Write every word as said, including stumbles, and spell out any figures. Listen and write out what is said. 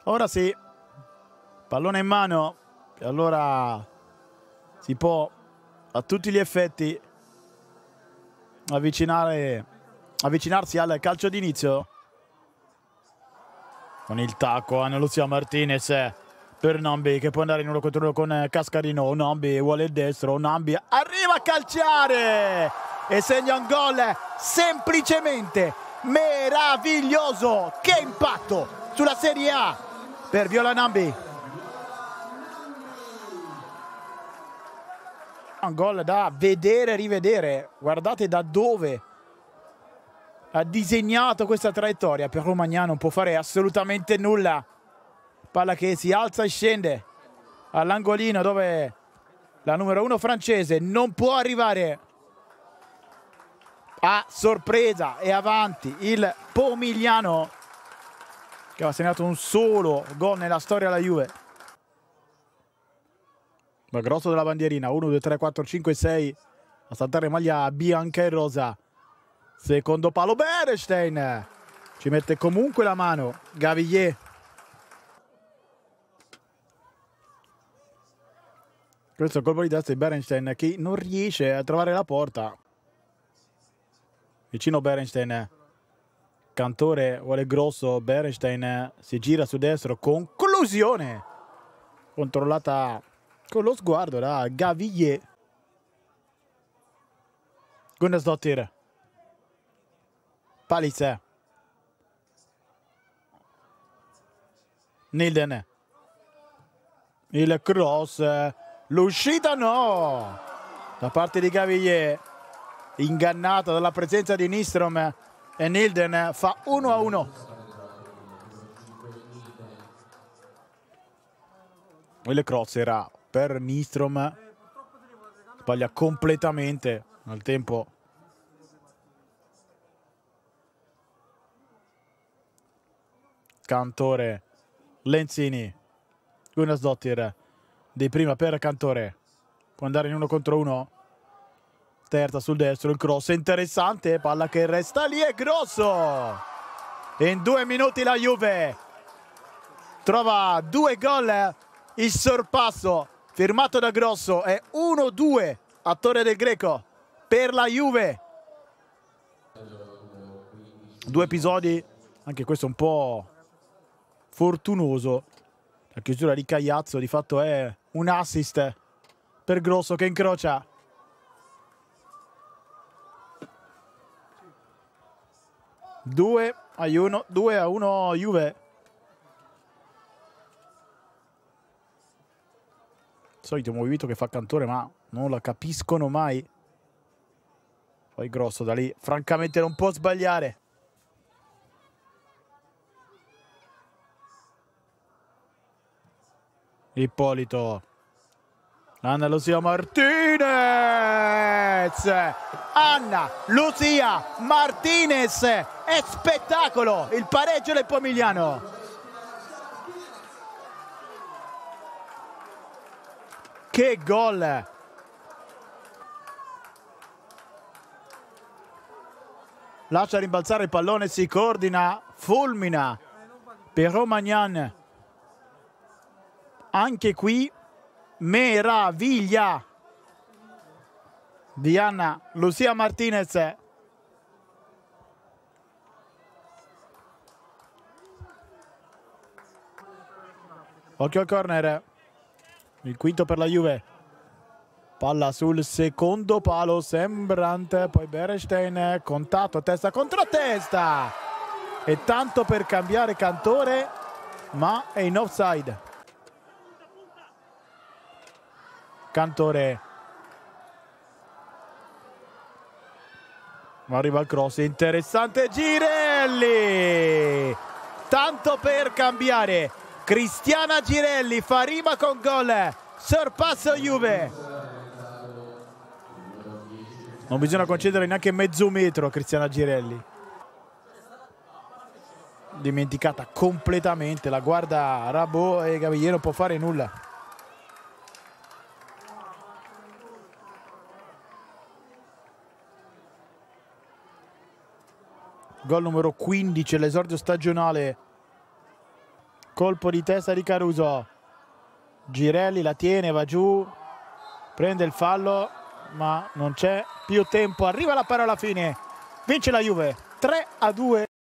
Ora sì, pallone in mano, e allora si può a tutti gli effetti avvicinare, avvicinarsi al calcio d'inizio. Con il tacco Ana Lucia Martinez per Nambi che può andare in uno contro uno con Cascarino. Nambi vuole il destro, Nambi arriva a calciare e segna un gol semplicemente meraviglioso. Che impatto sulla Serie A per Viola Nambi. Un gol da vedere e rivedere. Guardate da dove ha disegnato questa traiettoria. Per Romagnan non può fare assolutamente nulla. Palla che si alza e scende all'angolino dove la numero uno francese non può arrivare. A sorpresa e avanti il Pomigliano che ha segnato un solo gol nella storia della Juve. Ma grosso della bandierina, uno, due, tre, quattro, cinque, sei a saltare maglia bianca e rosa. Secondo palo Berenstein, ci mette comunque la mano Gavillier. Questo è il colpo di testa di Berenstein che non riesce a trovare la porta. Vicino Berenstein, Cantore vuole grosso, Berenstein si gira su destro, conclusione controllata con lo sguardo da Gavillier. Gunnarsdottir, Palice, Nilden, il cross, l'uscita no, da parte di Gavillier, ingannato dalla presenza di Nystrom, e Nilden fa uno a uno. Il cross era per Nystrom, sbaglia completamente al tempo. Cantore, Lenzini, Gunnarsdottir di prima per Cantore, può andare in uno contro uno. Terza sul destro, il cross interessante, palla che resta lì, è grosso. In due minuti la Juve trova due gol, il sorpasso firmato da Grosso è uno due a Torre del Greco per la Juve. Due episodi, anche questo un po' fortunoso. La chiusura di Cagliazzo di fatto è un assist per Grosso che incrocia. due a uno, due a uno Juve. Solito movimento che fa Cantore, ma non la capiscono mai. Poi Grosso da lì francamente non può sbagliare. Ippolito, Anna Lucia Martinez, Anna Lucia Martinez, è spettacolo il pareggio del Pomigliano. Che gol! Lascia rimbalzare il pallone, si coordina, fulmina per Romagnan. Anche qui meraviglia di Anna Lucia Martinez. Occhio al corner, il quinto per la Juve. Palla sul secondo palo, Sembrant, poi Berenstein, contatto testa contro testa. E tanto per cambiare Cantore, ma è in offside. Cantore, ma arriva il cross, interessante, Girelli, tanto per cambiare. Cristiana Girelli fa rima con gol, sorpasso Juve. Non bisogna concedere neanche mezzo metro a Cristiana Girelli. Dimenticata completamente, la guarda Rabot e Gavillier non può fare nulla. Gol numero quindici, l'esordio stagionale colpo di testa di Caruso. Girelli la tiene, va giù, prende il fallo, ma non c'è più tempo. Arriva la palla alla fine. Vince la Juve tre a due.